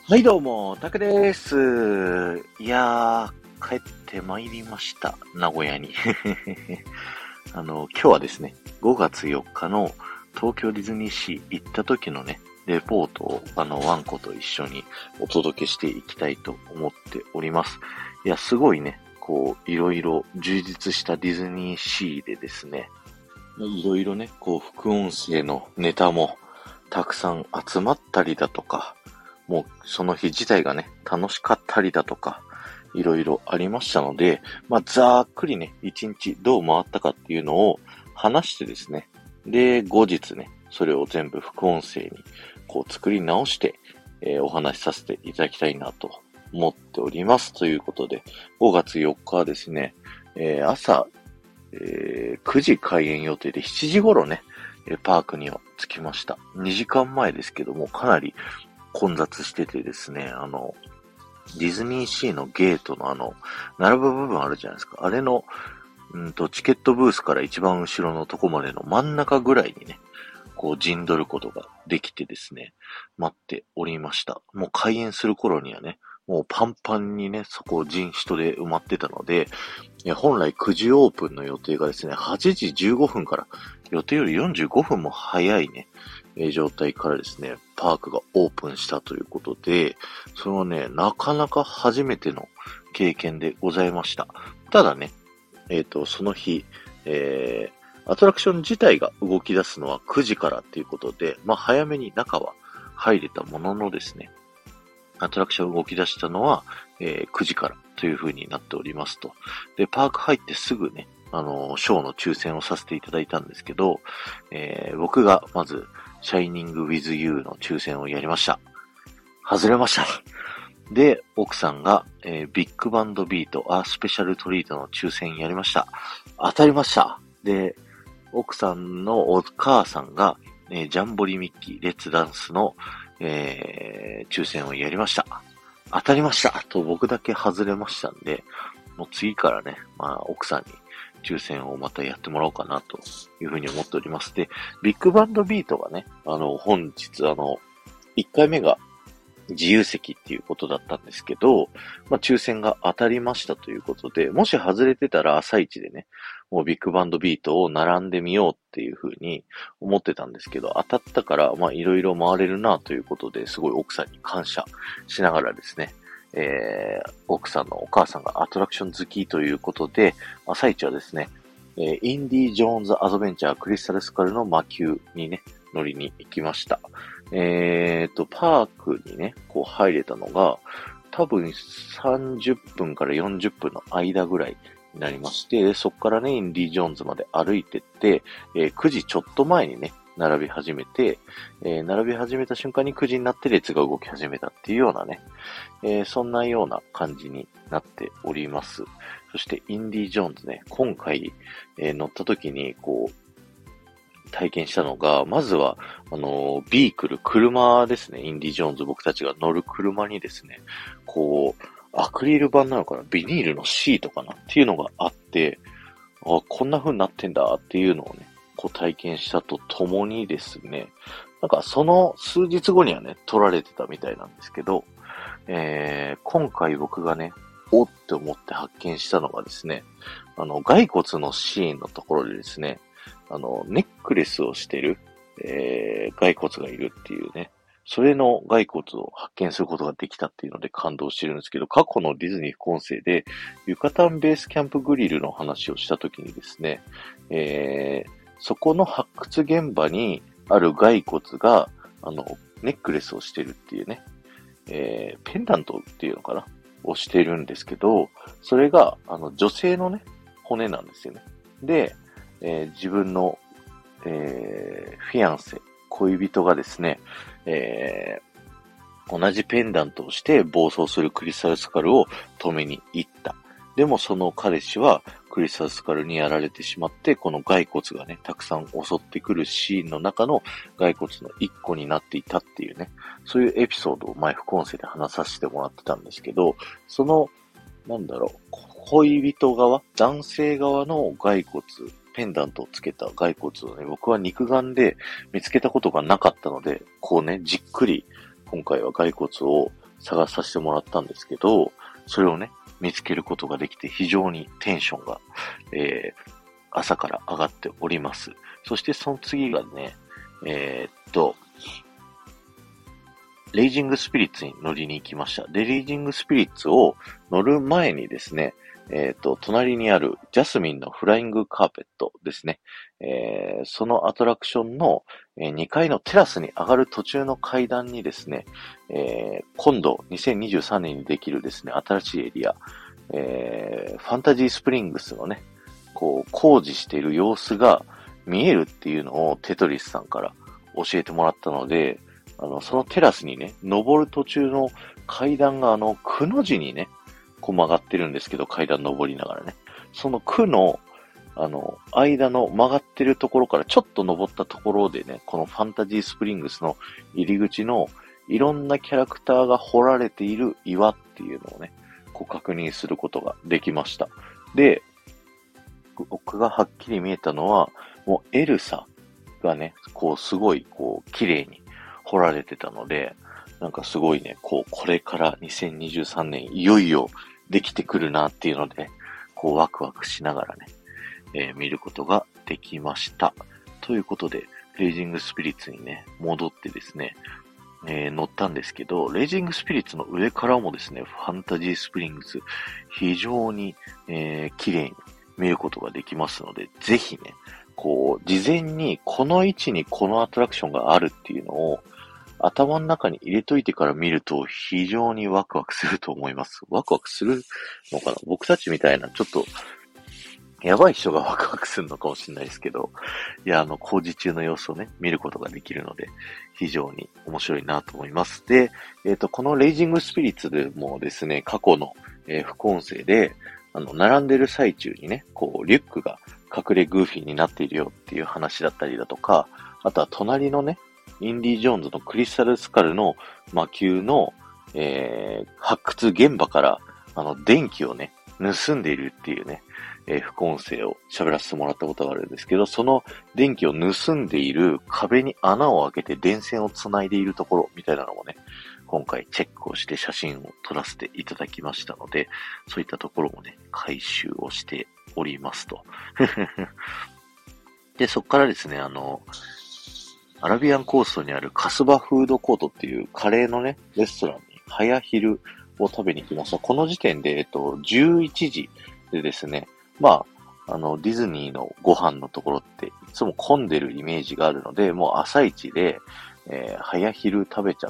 はいどうも、タクです。いや帰ってまいりました。名古屋に。今日はですね、5月4日の東京ディズニーシー行った時のね、レポートをワンコと一緒にお届けしていきたいと思っております。いや、すごいね、いろいろ充実したディズニーシーでですね、いろいろね、副音声のネタもたくさん集まったりだとか、もうその日自体がね、楽しかったりだとか、いろいろありましたので、ざっくりね、一日どう回ったかっていうのを話してですね、で、後日ね、それを全部副音声に作り直して、お話しさせていただきたいなと思っております。ということで、5月4日はですね、朝、9時開園予定で7時頃ね、パークには着きました。2時間前ですけども、かなり混雑しててですね、ディズニーシーのゲートの並ぶ部分あるじゃないですか。あれの、チケットブースから一番後ろのとこまでの真ん中ぐらいにね、陣取ることができてですね、待っておりました。もう開園する頃にはね、もうパンパンにね、そこ人で埋まってたので、本来9時オープンの予定がですね、8時15分から、予定より45分も早いね、状態からですね、パークがオープンしたということで、それはね、なかなか初めての経験でございました。ただね、その日、アトラクション自体が動き出すのは9時からっていうことで、早めに中は入れたもののですね、アトラクション動き出したのは、9時からという風になっておりますと。で、パーク入ってすぐね、ショーの抽選をさせていただいたんですけど、僕がまず、シャイニング with you の抽選をやりました。外れました。で、奥さんが、ビッグバンドビート、スペシャルトリートの抽選やりました。当たりました。で、奥さんのお母さんが、ジャンボリミッキー、レッツダンスの、抽選をやりました。当たりましたと僕だけ外れましたんで、もう次からね、奥さんに抽選をまたやってもらおうかなというふうに思っております。で、ビッグバンドビートがね、本日1回目が自由席っていうことだったんですけど、抽選が当たりましたということで、もし外れてたら朝一でね、もうビッグバンドビートを並んでみようっていう風に思ってたんですけど、当たったから、いろいろ回れるなということで、すごい奥さんに感謝しながらですね、奥さんのお母さんがアトラクション好きということで、朝一はですね、インディ・ジョーンズ・アドベンチャー・クリスタル・スカルの魔球にね、乗りに行きました。パークにね、入れたのが、多分30分から40分の間ぐらいになりまして、そこからね、インディ・ジョーンズまで歩いてって、9時ちょっと前にね、並び始めて、並び始めた瞬間に9時になって列が動き始めたっていうようなね、そんなような感じになっております。そして、インディ・ジョーンズね、今回、乗った時に、体験したのが、まずは、ビークル、車ですね。インディ・ジョーンズ僕たちが乗る車にですね、アクリル板なのかなビニールのシートかなっていうのがあって、こんな風になってんだっていうのをね、体験したとともにですね、なんかその数日後にはね、撮られてたみたいなんですけど、今回僕がね、おって思って発見したのがですね、骸骨のシーンのところでですね、ネックレスをしてる、骸骨がいるっていうね、それの骸骨を発見することができたっていうので感動してるんですけど、過去のディズニー副音声で、ユカタンベースキャンプグリルの話をしたときにですね、そこの発掘現場にある骸骨が、ネックレスをしてるっていうね、ペンダントっていうのかなをしてるんですけど、それが、女性のね、骨なんですよね。で、自分の、フィアンセ、恋人がですね、同じペンダントをして暴走するクリスタルスカルを止めに行った。でもその彼氏はクリスタルスカルにやられてしまって、この骸骨がね、たくさん襲ってくるシーンの中の骸骨の一個になっていたっていうね、そういうエピソードを前副音声で話させてもらってたんですけど、その、恋人側、男性側の骸骨、ペンダントをつけた骸骨をね、僕は肉眼で見つけたことがなかったので、じっくり今回は骸骨を探させてもらったんですけど、それをね、見つけることができて非常にテンションが、朝から上がっております。そしてその次がね、レイジングスピリッツに乗りに行きました。で、レイジングスピリッツを乗る前にですね、隣にあるジャスミンのフライングカーペットですね。そのアトラクションの2階のテラスに上がる途中の階段にですね、今度2023年にできるですね、新しいエリア、ファンタジースプリングスのね、こう工事している様子が見えるっていうのをテトリスさんから教えてもらったので、そのテラスにね、登る途中の階段がくの字にね、こう曲がってるんですけど、階段登りながらね。そのくの、間の曲がってるところからちょっと登ったところでね、このファンタジースプリングスの入り口のいろんなキャラクターが彫られている岩っていうのをね、こう確認することができました。で、僕がはっきり見えたのは、もうエルサがね、こうすごいこう綺麗に彫られてたので、なんかすごいね、これから2023年いよいよできてくるなっていうので、こうワクワクしながらね、見ることができました。ということで、レイジングスピリッツにね、戻ってですね、乗ったんですけど、レイジングスピリッツの上からもですね、ファンタジースプリングス、非常に、綺麗に見ることができますので、ぜひね、こう、事前にこの位置にこのアトラクションがあるっていうのを頭の中に入れといてから見ると非常にワクワクすると思います。ワクワクするのかな？僕たちみたいなちょっとやばい人がワクワクするのかもしれないですけど、いや、工事中の様子をね、見ることができるので、非常に面白いなと思います。で、このレイジングスピリッツでもですね、過去の、副音声で、並んでる最中にね、こう、リュックが隠れグーフィーになっているよっていう話だったりだとか、あとは隣のね、インディ・ジョーンズのクリスタルスカルの魔球の、発掘現場から、電気をね、盗んでいるっていうね、副音声を喋らせてもらったことがあるんですけど、その電気を盗んでいる壁に穴を開けて電線を繋いでいるところみたいなのもね、今回チェックをして写真を撮らせていただきましたので、そういったところもね、回収をしておりますと。で、そこからですね、アラビアンコーストにあるカスバフードコートっていうカレーのね、レストランに早昼を食べに行きました。この時点で、11時でですね、まあ、ディズニーのご飯のところっていつも混んでるイメージがあるので、もう朝一で、早昼食べちゃって、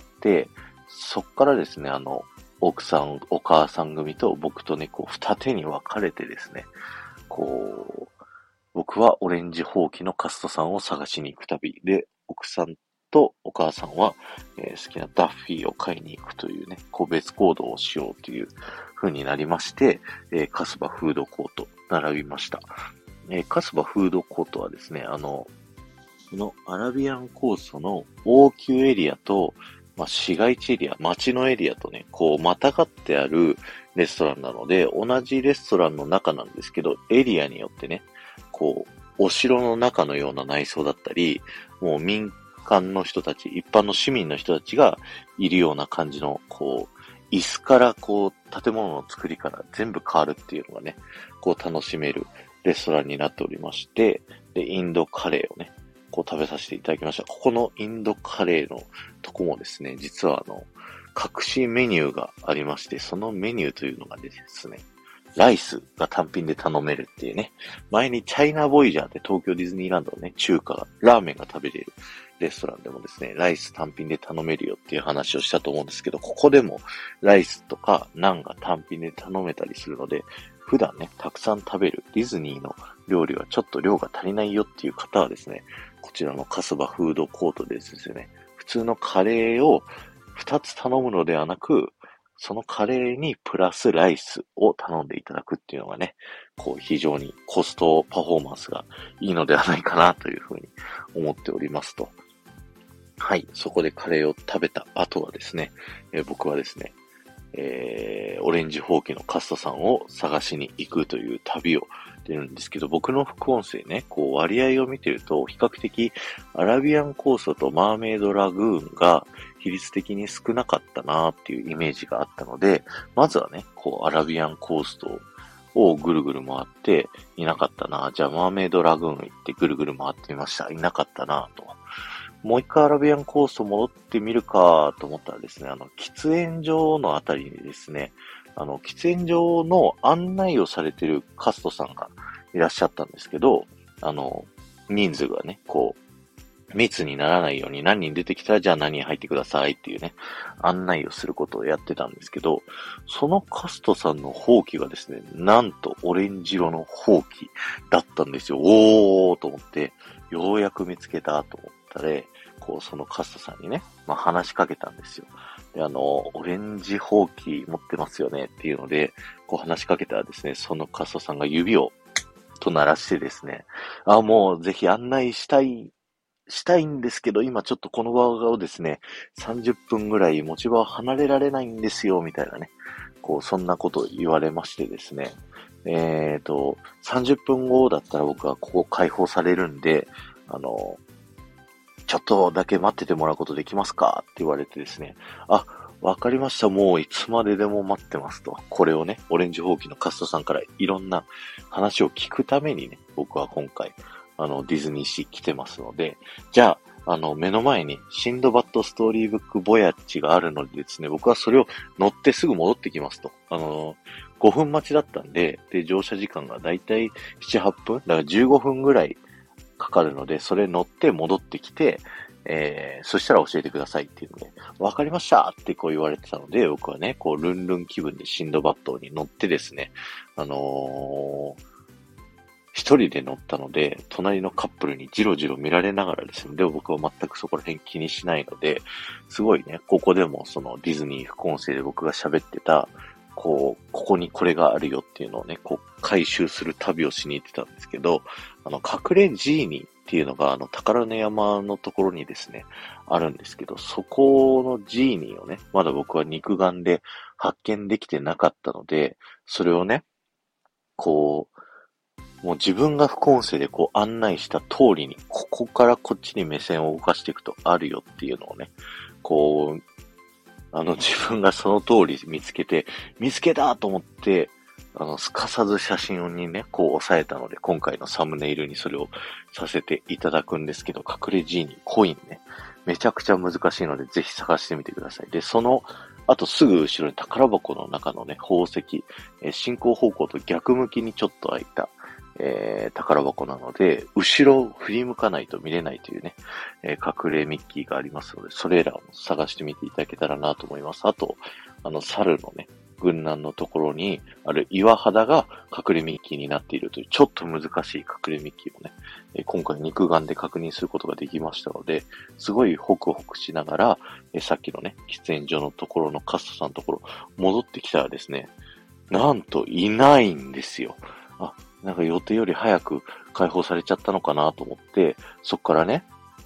そっからですね、奥さん、お母さん組と僕とね、こう、二手に分かれてですね、こう、僕はオレンジほうきのカストさんを探しに行く旅で、奥さんとお母さんは、好きなダッフィーを買いに行くというね、個別行動をしようという風になりまして、カスバフードコート並びました。カスバフードコートはですね、このアラビアンコーストの王宮エリアと、まあ、市街地エリア、街のエリアとね、こう、またがってあるレストランなので、同じレストランの中なんですけど、エリアによってね、こう、お城の中のような内装だったり、もう民間の人たち、一般の市民の人たちがいるような感じの、こう、椅子からこう、建物の作りから全部変わるっていうのがね、こう楽しめるレストランになっておりまして、で、インドカレーをね、こう食べさせていただきました。ここのインドカレーのとこもですね、実は隠しメニューがありまして、そのメニューというのがですね、ライスが単品で頼めるっていうね。前にチャイナボイジャーって東京ディズニーランドのね、中華、ラーメンが食べれるレストランでもですね、ライス単品で頼めるよっていう話をしたと思うんですけど、ここでもライスとかナンが単品で頼めたりするので、普段ね、たくさん食べるディズニーの料理はちょっと量が足りないよっていう方はですね、こちらのカスバフードコートでですね、普通のカレーを2つ頼むのではなく、そのカレーにプラスライスを頼んでいただくっていうのがね、こう非常にコストパフォーマンスがいいのではないかなというふうに思っておりますと。はい、そこでカレーを食べた後はですね、僕はですね、 オレンジホウキのカストさんを探しに行くという旅を出るんですけど、僕の副音声ね、こう割合を見てると、比較的アラビアンコーストとマーメイドラグーンが比率的に少なかったなっていうイメージがあったので、まずはね、こうアラビアンコーストをぐるぐる回っていなかったな。じゃあマーメイドラグーン行ってぐるぐる回ってみました。いなかったなと。もう一回アラビアンコースト戻ってみるかと思ったらですね、喫煙所のあたりにですね、喫煙所の案内をされてるカストさんがいらっしゃったんですけど、人数がね、こう、密にならないように何人出てきたらじゃあ何人入ってくださいっていうね、案内をすることをやってたんですけど、そのカストさんのほうきがですね、なんとオレンジ色のほうきだったんですよ。おーと思って、ようやく見つけたと思ったら、こう、そのカストさんにね、話しかけたんですよ。で、オレンジほうき持ってますよねっていうので、こう話しかけたらですね、そのカストさんが指をと鳴らしてですね、もうぜひ案内したいんですけど、今ちょっとこの場をですね、30分ぐらい持ち場を離れられないんですよ、みたいなね。こう、そんなことを言われましてですね。30分後だったら僕はここ解放されるんで、ちょっとだけ待っててもらうことできますかって言われてですね。わかりました。もういつまででも待ってますと。これをね、オレンジホウキのカストさんからいろんな話を聞くためにね、僕は今回、ディズニーシー来てますので、じゃあ、目の前にシンドバッドストーリーブックボヤッジがあるのでですね、僕はそれを乗ってすぐ戻ってきますと。5分待ちだったんで、で、乗車時間がだいたい7、8分だから15分ぐらいかかるので、それ乗って戻ってきて、そしたら教えてくださいっていうので、わかりましたってこう言われてたので、僕はね、こうルンルン気分でシンドバッドに乗ってですね、一人で乗ったので、隣のカップルにジロジロ見られながらですね、でも僕は全くそこら辺気にしないので、すごいね、ここでもそのディズニー副音声で僕が喋ってた、ここにこれがあるよっていうのをね、こう回収する旅をしに行ってたんですけど、隠れジーニーっていうのが宝の山のところにですね、あるんですけど、そこのジーニーをね、まだ僕は肉眼で発見できてなかったので、それをね、こう、もう自分が副音声でこう案内した通りに、ここからこっちに目線を動かしていくとあるよっていうのをね、こう、自分がその通り見つけて、見つけたと思って、すかさず写真にね、こう押さえたので、今回のサムネイルにそれをさせていただくんですけど、隠れジーニー、コインね、めちゃくちゃ難しいので、ぜひ探してみてください。で、あとすぐ後ろに宝箱の中のね、宝石、進行方向と逆向きにちょっと開いた、宝箱なので、後ろを振り向かないと見れないというね、隠れミッキーがありますので、それらを探してみていただけたらなと思います。あと、猿のね、軍団のところにある岩肌が隠れミッキーになっているという、ちょっと難しい隠れミッキーをね、今回肉眼で確認することができましたので、すごいホクホクしながら、さっきのね、喫煙所のところのカストさんのところ、戻ってきたらですね、なんといないんですよ。なんか予定より早く解放されちゃったのかなと思って、そっからね、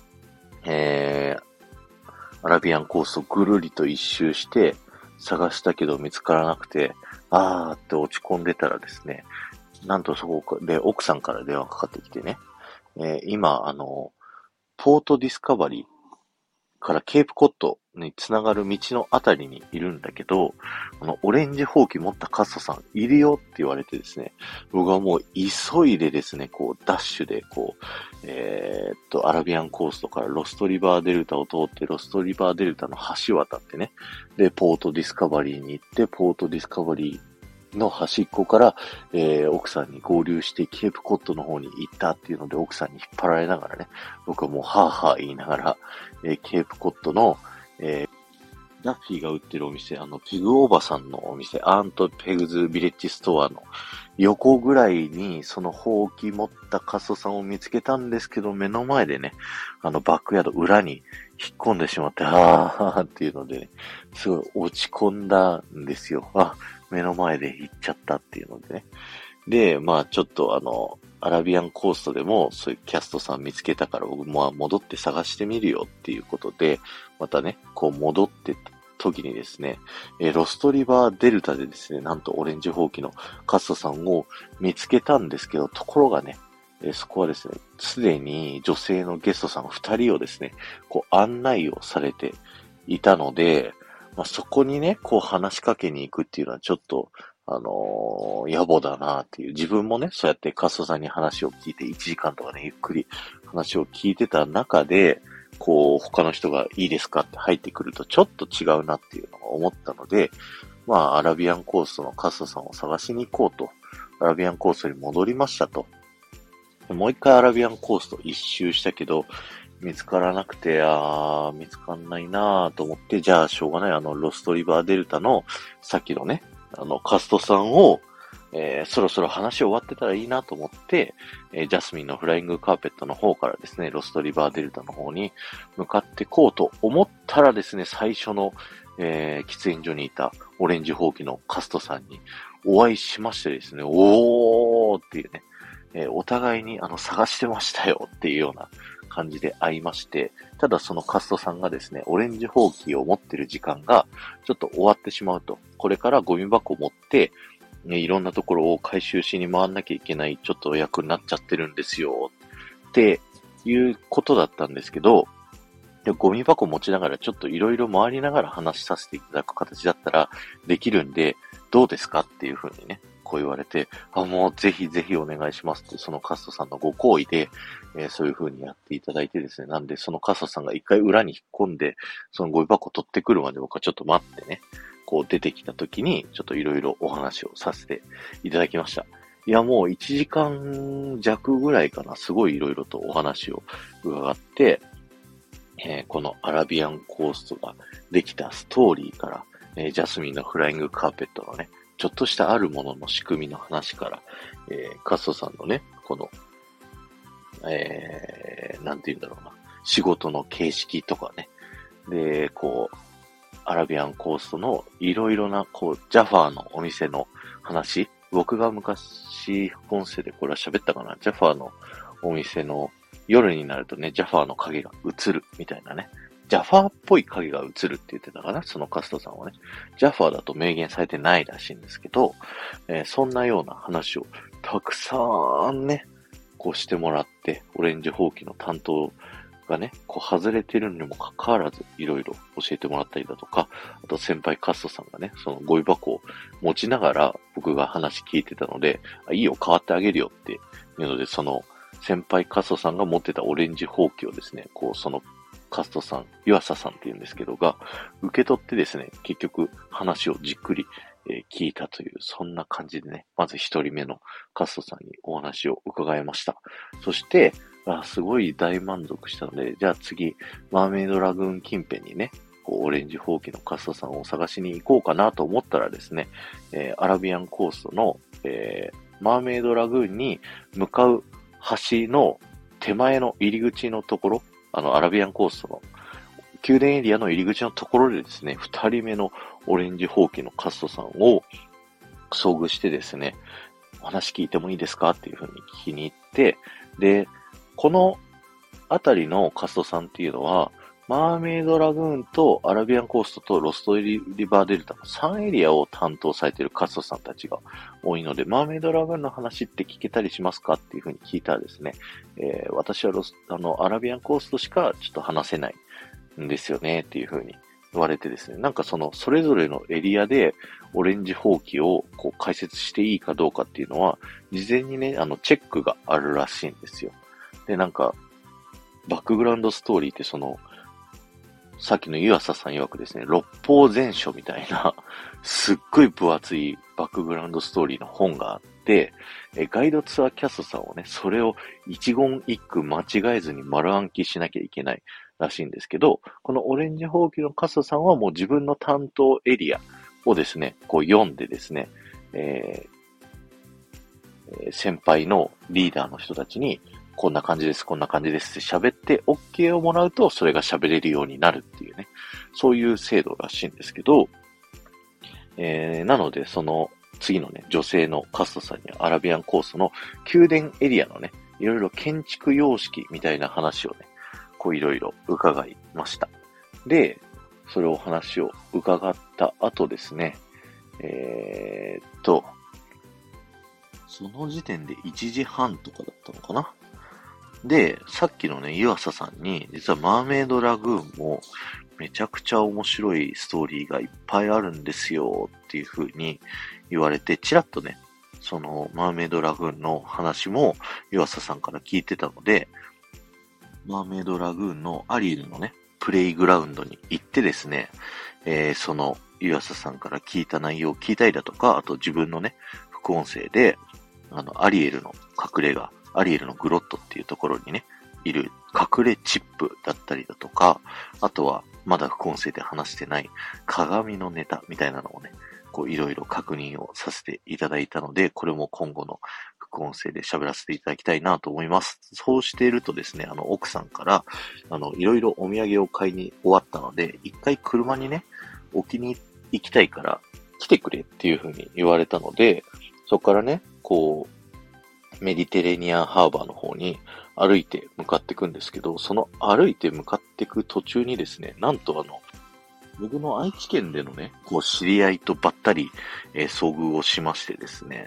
アラビアンコースをぐるりと一周して探したけど見つからなくて、って落ち込んでたらですね、なんとそこで奥さんから電話かかってきてね、今、ポートディスカバリーからケープコットにつながる道のあたりにいるんだけど、オレンジホウキ持ったカッサさんいるよって言われてですね、僕はもう急いでですね、こうダッシュでこう、アラビアンコーストからロストリバーデルタを通って、ロストリバーデルタの橋渡ってね、で、ポートディスカバリーに行って、ポートディスカバリーの端っこから、奥さんに合流してケープコットの方に行ったっていうので奥さんに引っ張られながらね、僕はもうはぁはぁ言いながら、ケープコットの、ダッフィーが売ってるお店、ペグおばさんのお店、アントペグズビレッジストアの横ぐらいにそのほうき持ったカソさんを見つけたんですけど、目の前でね、バックヤード裏に引っ込んでしまって、っていうので、ね、すごい落ち込んだんですよ。目の前で行っちゃったっていうのでね。で、ちょっとアラビアンコーストでもそういうキャストさん見つけたから僕も戻って探してみるよっていうことで、またね、こう戻って時にですね、ロストリバーデルタでですね、なんとオレンジホウキのカストさんを見つけたんですけど、ところがね、そこはですね、すでに女性のゲストさん2人をですね、こう案内をされていたので、そこにね、こう話しかけに行くっていうのはちょっと、野暮だなっていう、自分もね、そうやってカストさんに話を聞いて1時間とかね、ゆっくり話を聞いてた中で、こう、他の人がいいですかって入ってくるとちょっと違うなっていうのを思ったので、アラビアンコーストのカストさんを探しに行こうと、アラビアンコーストに戻りましたと。もう一回アラビアンコースト一周したけど、見つからなくて、見つかんないなぁと思って、じゃあしょうがない、ロストリバーデルタの、さっきのね、カストさんを、そろそろ話終わってたらいいなと思って、ジャスミンのフライングカーペットの方からですね、ロストリバーデルタの方に向かってこうと思ったらですね、最初の、喫煙所にいたオレンジホウキのカストさんにお会いしましてですね、おーっていうね、お互いに探してましたよっていうような感じで会いまして、ただそのカストさんがですね、オレンジホウキを持ってる時間がちょっと終わってしまうと。これからゴミ箱を持って、いろんなところを回収しに回んなきゃいけない、ちょっと役になっちゃってるんですよっていうことだったんですけど、ゴミ箱持ちながらちょっといろいろ回りながら話しさせていただく形だったらできるんで、どうですかっていうふうにね、こう言われて、もうぜひぜひお願いしますって、そのカストさんのご好意で、そういうふうにやっていただいてですね、なんでそのカストさんが一回裏に引っ込んで、そのゴミ箱を取ってくるまで僕はちょっと待ってね、こう出てきた時に、ちょっといろいろお話をさせていただきました。いや、もう1時間弱ぐらいかな、すごいいろいろとお話を伺って、このアラビアンコーストができたストーリーから、ジャスミンのフライングカーペットのね、ちょっとしたあるものの仕組みの話から、カストさんのね、この、なんて言うんだろうな、仕事の形式とかね、で、こう、アラビアンコーストのいろいろな、こう、ジャファーのお店の話、僕が昔、本声でこれは喋ったかな、ジャファーのお店の夜になるとね、ジャファーの影が映るみたいなね。ジャファーっぽい影が映るって言ってたかな、そのカストさんはね。ジャファーだと明言されてないらしいんですけど、そんなような話をたくさんね、こうしてもらって、オレンジホウキの担当がね、こう外れてるにもかかわらず、いろいろ教えてもらったりだとか、あと先輩カストさんがね、そのゴミ箱を持ちながら僕が話聞いてたので、いいよ、代わってあげるよっていうので、その先輩カストさんが持ってたオレンジホウキをですね、こうそのカストさん、湯浅さんって言うんですけどが、受け取ってですね、結局話をじっくり聞いたという、そんな感じでね、まず一人目のカストさんにお話を伺いました。そして、すごい大満足したので、じゃあ次、マーメイドラグーン近辺にね、こうオレンジホウキのカストさんを探しに行こうかなと思ったらですね、アラビアンコーストの、マーメイドラグーンに向かう橋の手前の入り口のところ、アラビアンコーストの宮殿エリアの入り口のところでですね、二人目のオレンジホウキのカストさんを遭遇してですね、お話聞いてもいいですかっていうふうに聞きに行って、で、このあたりのカストさんっていうのは、マーメイドラグーンとアラビアンコーストとロストリバーデルタの3エリアを担当されているカストさんたちが多いので、マーメイドラグーンの話って聞けたりしますかっていうふうに聞いたらですね、私はアラビアンコーストしかちょっと話せないんですよねっていうふうに言われてですね、なんかそれぞれのエリアでオレンジホウキをこう解説していいかどうかっていうのは、事前にね、チェックがあるらしいんですよ。で、なんか、バックグラウンドストーリーってさっきの湯浅さん曰くですね、六法全書みたいな、すっごい分厚いバックグラウンドストーリーの本があって、ガイドツアーキャストさんをね、それを一言一句間違えずに丸暗記しなきゃいけないらしいんですけど、このオレンジホウキのカストさんはもう自分の担当エリアをですね、こう読んでですね、先輩のリーダーの人たちに、こんな感じです、こんな感じですって喋って OK をもらうと、それが喋れるようになるっていうね、そういう制度らしいんですけど、なので、その次のね、女性のカストさんにアラビアンコーストの宮殿エリアのね、いろいろ建築様式みたいな話をね、こういろいろ伺いました。で、 それを話を伺った後ですね、その時点で1時半とかだったのかな。で、さっきのね、湯浅さんに、実はマーメイドラグーンもめちゃくちゃ面白いストーリーがいっぱいあるんですよっていう風に言われて、ちらっとね、そのマーメイドラグーンの話も湯浅さんから聞いてたので、マーメイドラグーンのアリエルのね、プレイグラウンドに行ってですね、その湯浅さんから聞いた内容を聞いたりだとか、あと自分のね、副音声で、アリエルの隠れ家、アリエルのグロットっていうところにね、いる隠れチップだったりだとか、あとはまだ副音声で話してない鏡のネタみたいなのをね、こういろいろ確認をさせていただいたので、これも今後の副音声で喋らせていただきたいなと思います。そうしているとですね、奥さんから、いろいろお土産を買いに終わったので、一回車にね、置きに行きたいから来てくれっていう風に言われたので、そこからね、こう、メディテレニアンハーバーの方に歩いて向かっていくんですけど、その歩いて向かっていく途中にですね、なんと僕の愛知県でのね、こう知り合いとばったり、遭遇をしましてですね、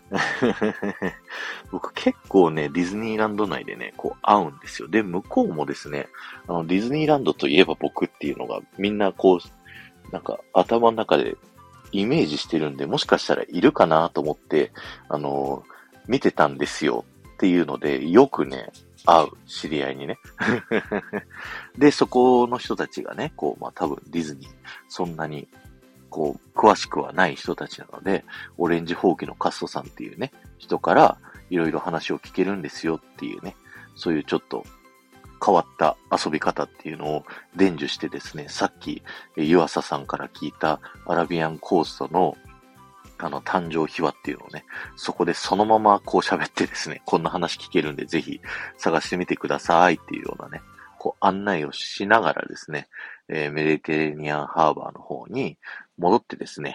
僕結構ね、ディズニーランド内でね、こう会うんですよ。で、向こうもですね、ディズニーランドといえば僕っていうのがみんなこう、なんか頭の中でイメージしてるんで、もしかしたらいるかなと思って、見てたんですよっていうので、よくね、会う、知り合いにね。で、そこの人たちがね、こう、まあ多分ディズニー、そんなに、こう、詳しくはない人たちなので、オレンジホウキのカストさんっていうね、人からいろいろ話を聞けるんですよっていうね、そういうちょっと変わった遊び方っていうのを伝授してですね、さっき、湯浅さんから聞いたアラビアンコーストの誕生秘話っていうのをね、そこでそのままこう喋ってですね、こんな話聞けるんでぜひ探してみてくださいっていうようなね、こう案内をしながらですね、メディテレーニアンハーバーの方に戻ってですね、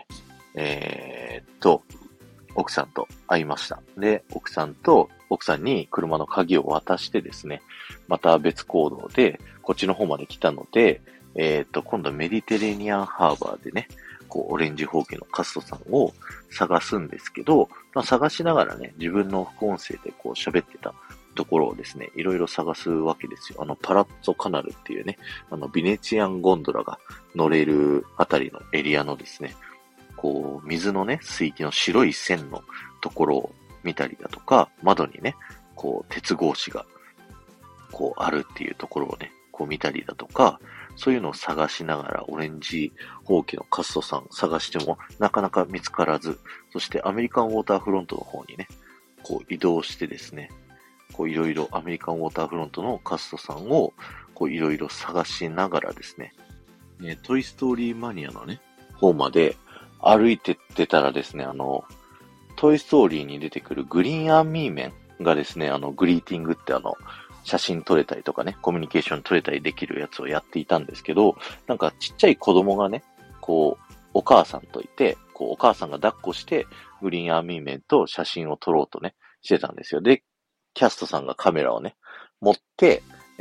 奥さんと会いました。で、奥さんに車の鍵を渡してですね、また別行動で、こっちの方まで来たので、今度メディテレーニアンハーバーでね、こう、オレンジホウキのカストさんを探すんですけど、まあ、探しながらね、自分の副音声でこう喋ってたところをですね、いろいろ探すわけですよ。パラッツォカナルっていうね、ビネチアンゴンドラが乗れるあたりのエリアのですね、こう、水のね、水域の白い線のところを見たりだとか、窓にね、こう、鉄格子が、こう、あるっていうところをね、こう見たりだとか、そういうのを探しながら、オレンジホウキのカストさん探しても、なかなか見つからず、そしてアメリカンウォーターフロントの方にね、こう移動してですね、こういろいろアメリカンウォーターフロントのカストさんを、こういろいろ探しながらですね、トイストーリーマニアのね、方まで歩いてってたらですね、トイストーリーに出てくるグリーンアーミーメンがですね、グリーティングって写真撮れたりとかね、コミュニケーション撮れたりできるやつをやっていたんですけど、なんかちっちゃい子供がね、こう、お母さんといて、こう、お母さんが抱っこして、グリーンアーミーメンと写真を撮ろうとね、してたんですよ。で、キャストさんがカメラをね、持って、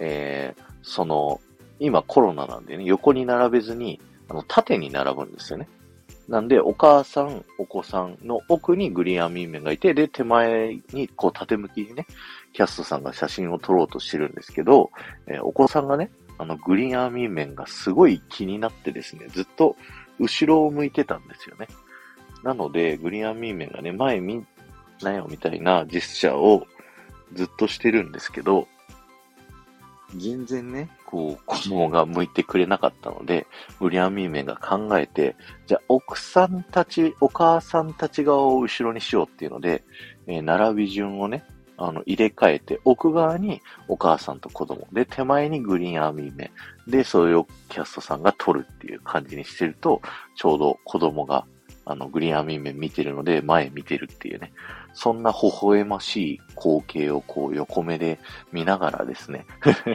今コロナなんでね、横に並べずに、縦に並ぶんですよね。なんで、お母さん、お子さんの奥にグリーンアーミーメンがいて、で、手前に、こう、縦向きにね、キャストさんが写真を撮ろうとしてるんですけど、お子さんがね、グリーンアーミーメンがすごい気になってですね、ずっと後ろを向いてたんですよね。なので、グリーンアーミーメンがね、前見なよみたいなジェスチャーをずっとしてるんですけど、全然ね、こう、子供が向いてくれなかったので、グリアンミーメンが考えて、じゃあ奥さんたち、お母さんたち側を後ろにしようっていうので、並び順をね、入れ替えて、奥側にお母さんと子供、で、手前にグリーンアーミーメン、で、それをキャストさんが撮るっていう感じにしてると、ちょうど子供が、グリーンアーミーメン見てるので、前見てるっていうね、そんな微笑ましい光景をこう横目で見ながらですね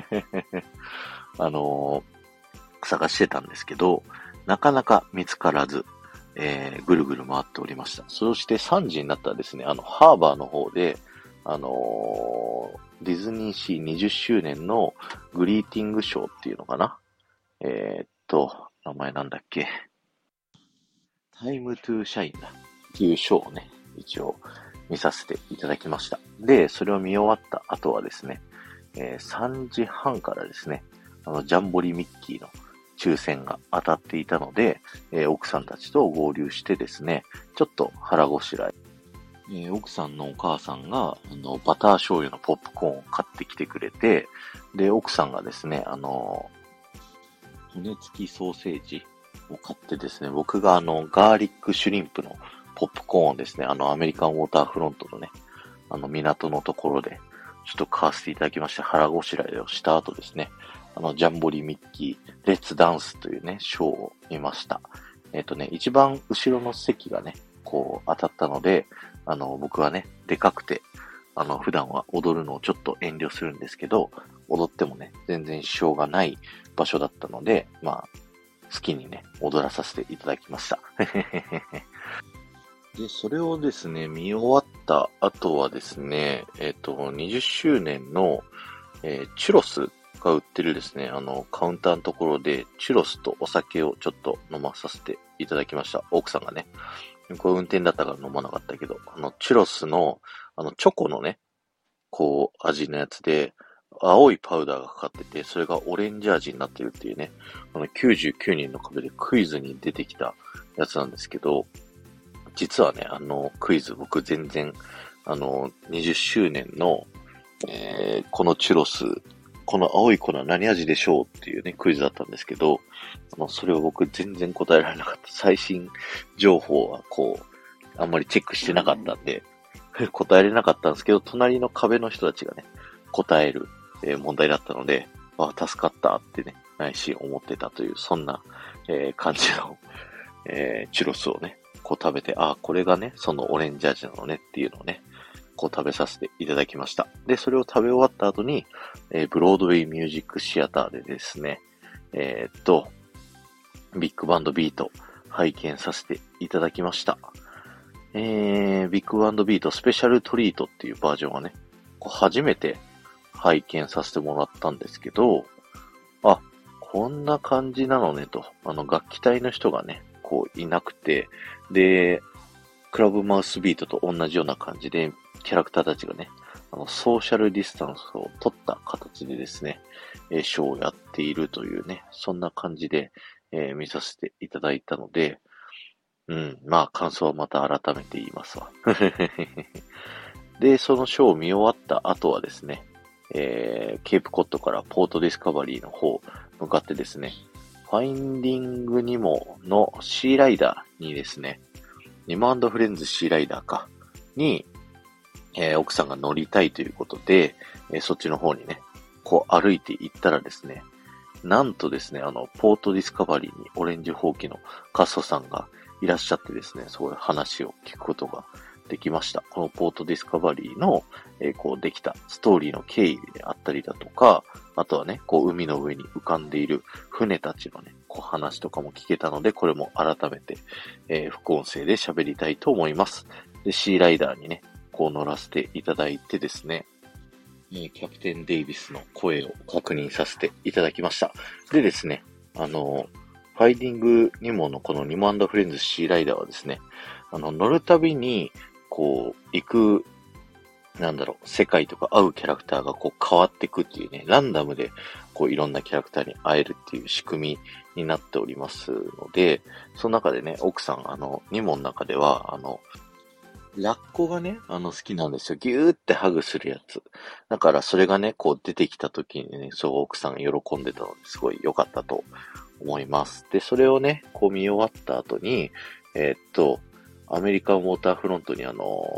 探してたんですけど、なかなか見つからず、ぐるぐる回っておりました。そして3時になったらですね、ハーバーの方で、ディズニーシー20周年のグリーティングショーっていうのかな。 名前なんだっけ。タイムトゥーシャインだ。っていうショーをね、一応見させていただきました。で、それを見終わった後はですね、3時半からですね、ジャンボリミッキーの抽選が当たっていたので、奥さんたちと合流してですね、ちょっと腹ごしらえ。奥さんのお母さんが、バター醤油のポップコーンを買ってきてくれて、で、奥さんがですね、骨付きソーセージを買ってですね、僕がガーリックシュリンプのポップコーンをですね、アメリカンウォーターフロントのね、港のところで、ちょっと買わせていただきまして、腹ごしらえをした後ですね、ジャンボリミッキー、レッツダンスというね、ショーを見ました。一番後ろの席がね、こう当たったので、僕はね、でかくて、普段は踊るのをちょっと遠慮するんですけど、踊ってもね、全然支障がない場所だったので、まあ、好きにね、踊らさせていただきました。で、それをですね、見終わった後はですね、20周年の、チュロスが売ってるですね、カウンターのところで、チュロスとお酒をちょっと飲まさせていただきました。奥さんがね。これ運転だったから飲まなかったけど、チュロスの、チョコのね、こう、味のやつで、青いパウダーがかかってて、それがオレンジ味になってるっていうね、99人の壁でクイズに出てきたやつなんですけど、実はね、クイズ僕全然、20周年の、このチュロス、この青い粉何味でしょうっていうね、クイズだったんですけど、それを僕全然答えられなかった。最新情報はこう、あんまりチェックしてなかったんで、答えれなかったんですけど、隣の壁の人たちがね、答える、問題だったので、助かったってね、内心思ってたという、そんな、感じの、チュロスをね、こう食べて、これがね、そのオレンジ味なのねっていうのをね、こう食べさせていただきました。で、それを食べ終わった後に、ブロードウェイミュージックシアターでですね、ビッグバンドビート拝見させていただきました。ビッグバンドビートスペシャルトリートっていうバージョンはね、こう初めて拝見させてもらったんですけど、こんな感じなのねと、楽器隊の人がね、こういなくて、で、クラブマウスビートと同じような感じで、キャラクターたちがね、ソーシャルディスタンスを取った形でですね、ショーをやっているというね、そんな感じで、見させていただいたので、まあ、感想はまた改めて言いますわ。で、そのショーを見終わった後はですね、ケープコッドからポートディスカバリーの方向かってですね、ファインディングニモのシーライダーにですね、ニモ&フレンズシーライダーか、に、奥さんが乗りたいということで、そっちの方にね、こう歩いて行ったらですね、なんとですね、ポートディスカバリーにオレンジホウキのカッソさんがいらっしゃってですね、そういう話を聞くことができました。このポートディスカバリーの、こうできたストーリーの経緯であったりだとか、あとはね、こう海の上に浮かんでいる船たちのね、こう話とかも聞けたので、これも改めて、副音声で喋りたいと思います。で、シーライダーにね、こう乗らせていただいてですね、キャプテンデイビスの声を確認させていただきました。でですね、ファイディングニモのこのニモ&フレンズシーライダーはですね、乗るたびに、こう、行く、世界とか会うキャラクターがこう変わっていくっていうね、ランダムでこういろんなキャラクターに会えるっていう仕組みになっておりますので、その中でね、奥さん、ニモの中では、ラッコがね、好きなんですよ。ギューってハグするやつ。だからそれがね、こう出てきた時にね、そう奥さん喜んでたので、すごい良かったと思います。で、それをね、こう見終わった後に、アメリカンウォーターフロントに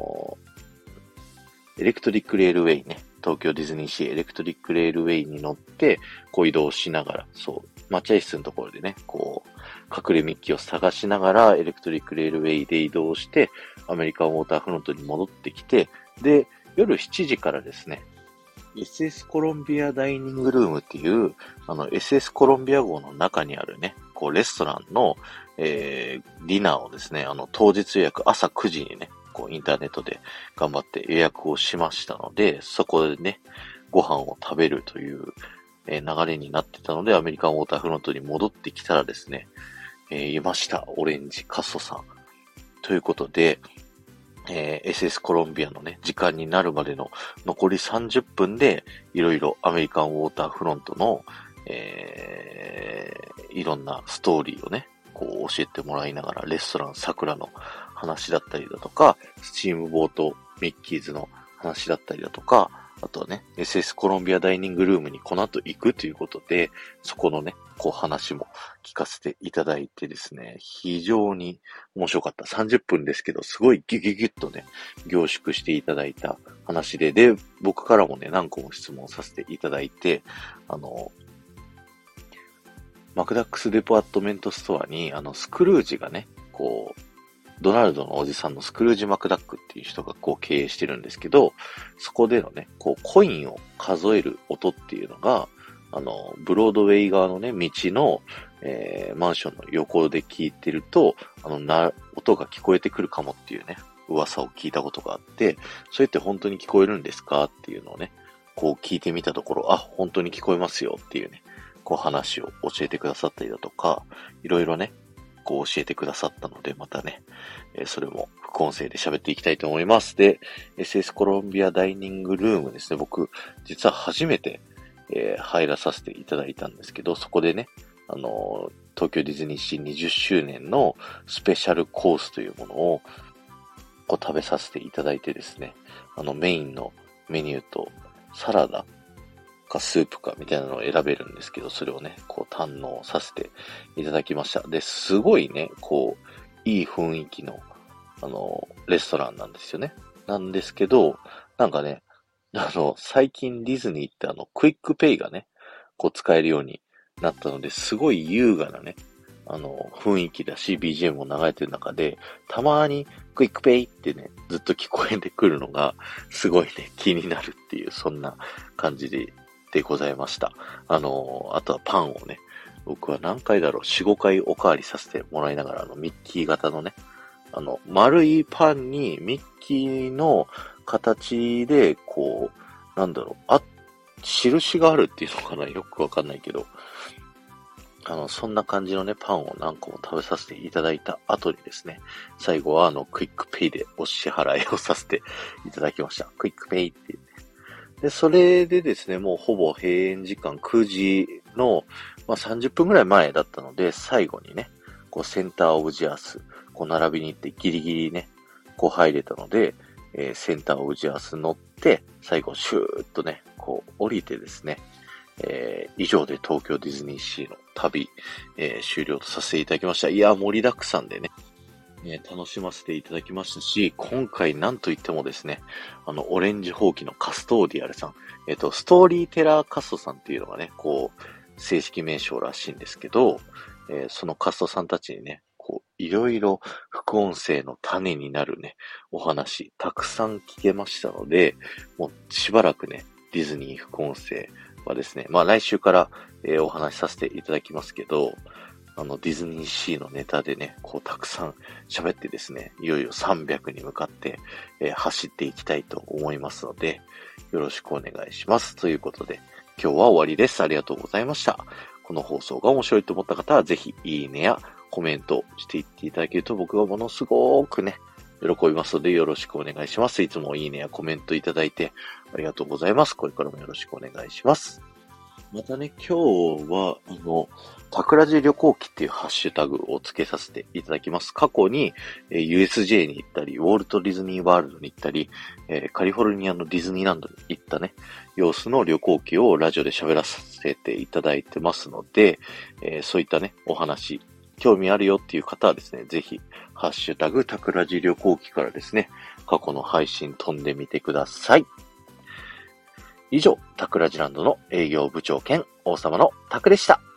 エレクトリックレールウェイね、東京ディズニーシーエレクトリックレールウェイに乗って、こう移動しながら、そう、待合室のところでね、こう、隠れミッキーを探しながら、エレクトリックレールウェイで移動して、アメリカンウォーターフロントに戻ってきて、で、夜7時からですね、SS コロンビアダイニングルームっていう、SS コロンビア号の中にあるね、こう、レストランの、ディナーをですね、当日予約朝9時にね、こう、インターネットで頑張って予約をしましたので、そこでね、ご飯を食べるという流れになってたので、アメリカンウォーターフロントに戻ってきたらですね、いました。オレンジカッソさん。ということで、SS コロンビアのね、時間になるまでの残り30分で、いろいろアメリカンウォーターフロントの、いろんなストーリーをね、こう教えてもらいながら、レストラン桜の話だったりだとか、スチームボートミッキーズの話だったりだとか、あとはね、SS コロンビアダイニングルームにこの後行くということで、そこのね、こう話も聞かせていただいてですね、非常に面白かった。30分ですけど、すごいギュギュギュッとね、凝縮していただいた話で、僕からもね、何個も質問させていただいて、マクダックスデパートメントストアに、スクルージがね、こう、ドナルドのおじさんのスクルージ・マクダックっていう人がこう経営してるんですけど、そこでのね、こうコインを数える音っていうのが、ブロードウェイ側のね、道の、マンションの横で聞いてると、音が聞こえてくるかもっていうね、噂を聞いたことがあって、それって本当に聞こえるんですかっていうのをね、こう聞いてみたところ、あ、本当に聞こえますよっていうね、こう話を教えてくださったりだとか、いろいろね、こう教えてくださったので、またね、それも副音声で喋っていきたいと思います。で、SS コロンビアダイニングルームですね、僕、実は初めて、入らさせていただいたんですけど、そこでね、東京ディズニーシー20周年のスペシャルコースというものを、こう食べさせていただいてですね、メインのメニューとサラダ、かスープかみたいなのを選べるんですけど、それをね、こう堪能させていただきました。で、すごいね、こう、いい雰囲気の、レストランなんですよね。なんですけど、なんかね、最近ディズニーってクイックペイがね、こう使えるようになったので、すごい優雅なね、雰囲気だし、BGM も流れてる中で、たまにクイックペイってね、ずっと聞こえてくるのが、すごいね、気になるっていう、そんな感じでございました。あとはパンをね、僕は何回だろう、4、5回おかわりさせてもらいながら、ミッキー型のね、丸いパンにミッキーの形で、こう、なんだろう、印があるっていうのかな、よくわかんないけど、そんな感じのね、パンを何個も食べさせていただいた後にですね、最後はクイックペイでお支払いをさせていただきました。クイックペイって言って。で、それでですね、もうほぼ閉園時間9時の、30分ぐらい前だったので、最後にね、こうセンターオブジアース、こう並びに行ってギリギリね、こう入れたので、センターオブジアース乗って、最後シューッとね、こう降りてですね、以上で東京ディズニーシーの旅、終了とさせていただきました。いや、盛りだくさんでね、楽しませていただきましたし、今回なんといってもですね、オレンジホウキのカストーディアルさん、ストーリーテラーカストさんっていうのがね、こう、正式名称らしいんですけど、そのカストさんたちにね、こう、いろいろ副音声の種になるね、お話、たくさん聞けましたので、もうしばらくね、ディズニー副音声はですね、来週から、お話しさせていただきますけど、ディズニーシーのネタでね、こうたくさん喋ってですね、いよいよ300に向かって、走っていきたいと思いますので、よろしくお願いします。ということで、今日は終わりです。ありがとうございました。この放送が面白いと思った方は、ぜひいいねやコメントしていっていただけると僕はものすごくね、喜びますのでよろしくお願いします。いつもいいねやコメントいただいてありがとうございます。これからもよろしくお願いします。またね、今日は、タクラジ旅行記っていうハッシュタグを付けさせていただきます。過去に、USJ に行ったり、ウォルトディズニーワールドに行ったり、カリフォルニアのディズニーランドに行ったね、様子の旅行記をラジオで喋らせていただいてますので、そういったね、お話、興味あるよっていう方はですね、ぜひ、ハッシュタグタクラジ旅行記からですね、過去の配信飛んでみてください。以上、タクラジランドの営業部長兼王様のタクでした。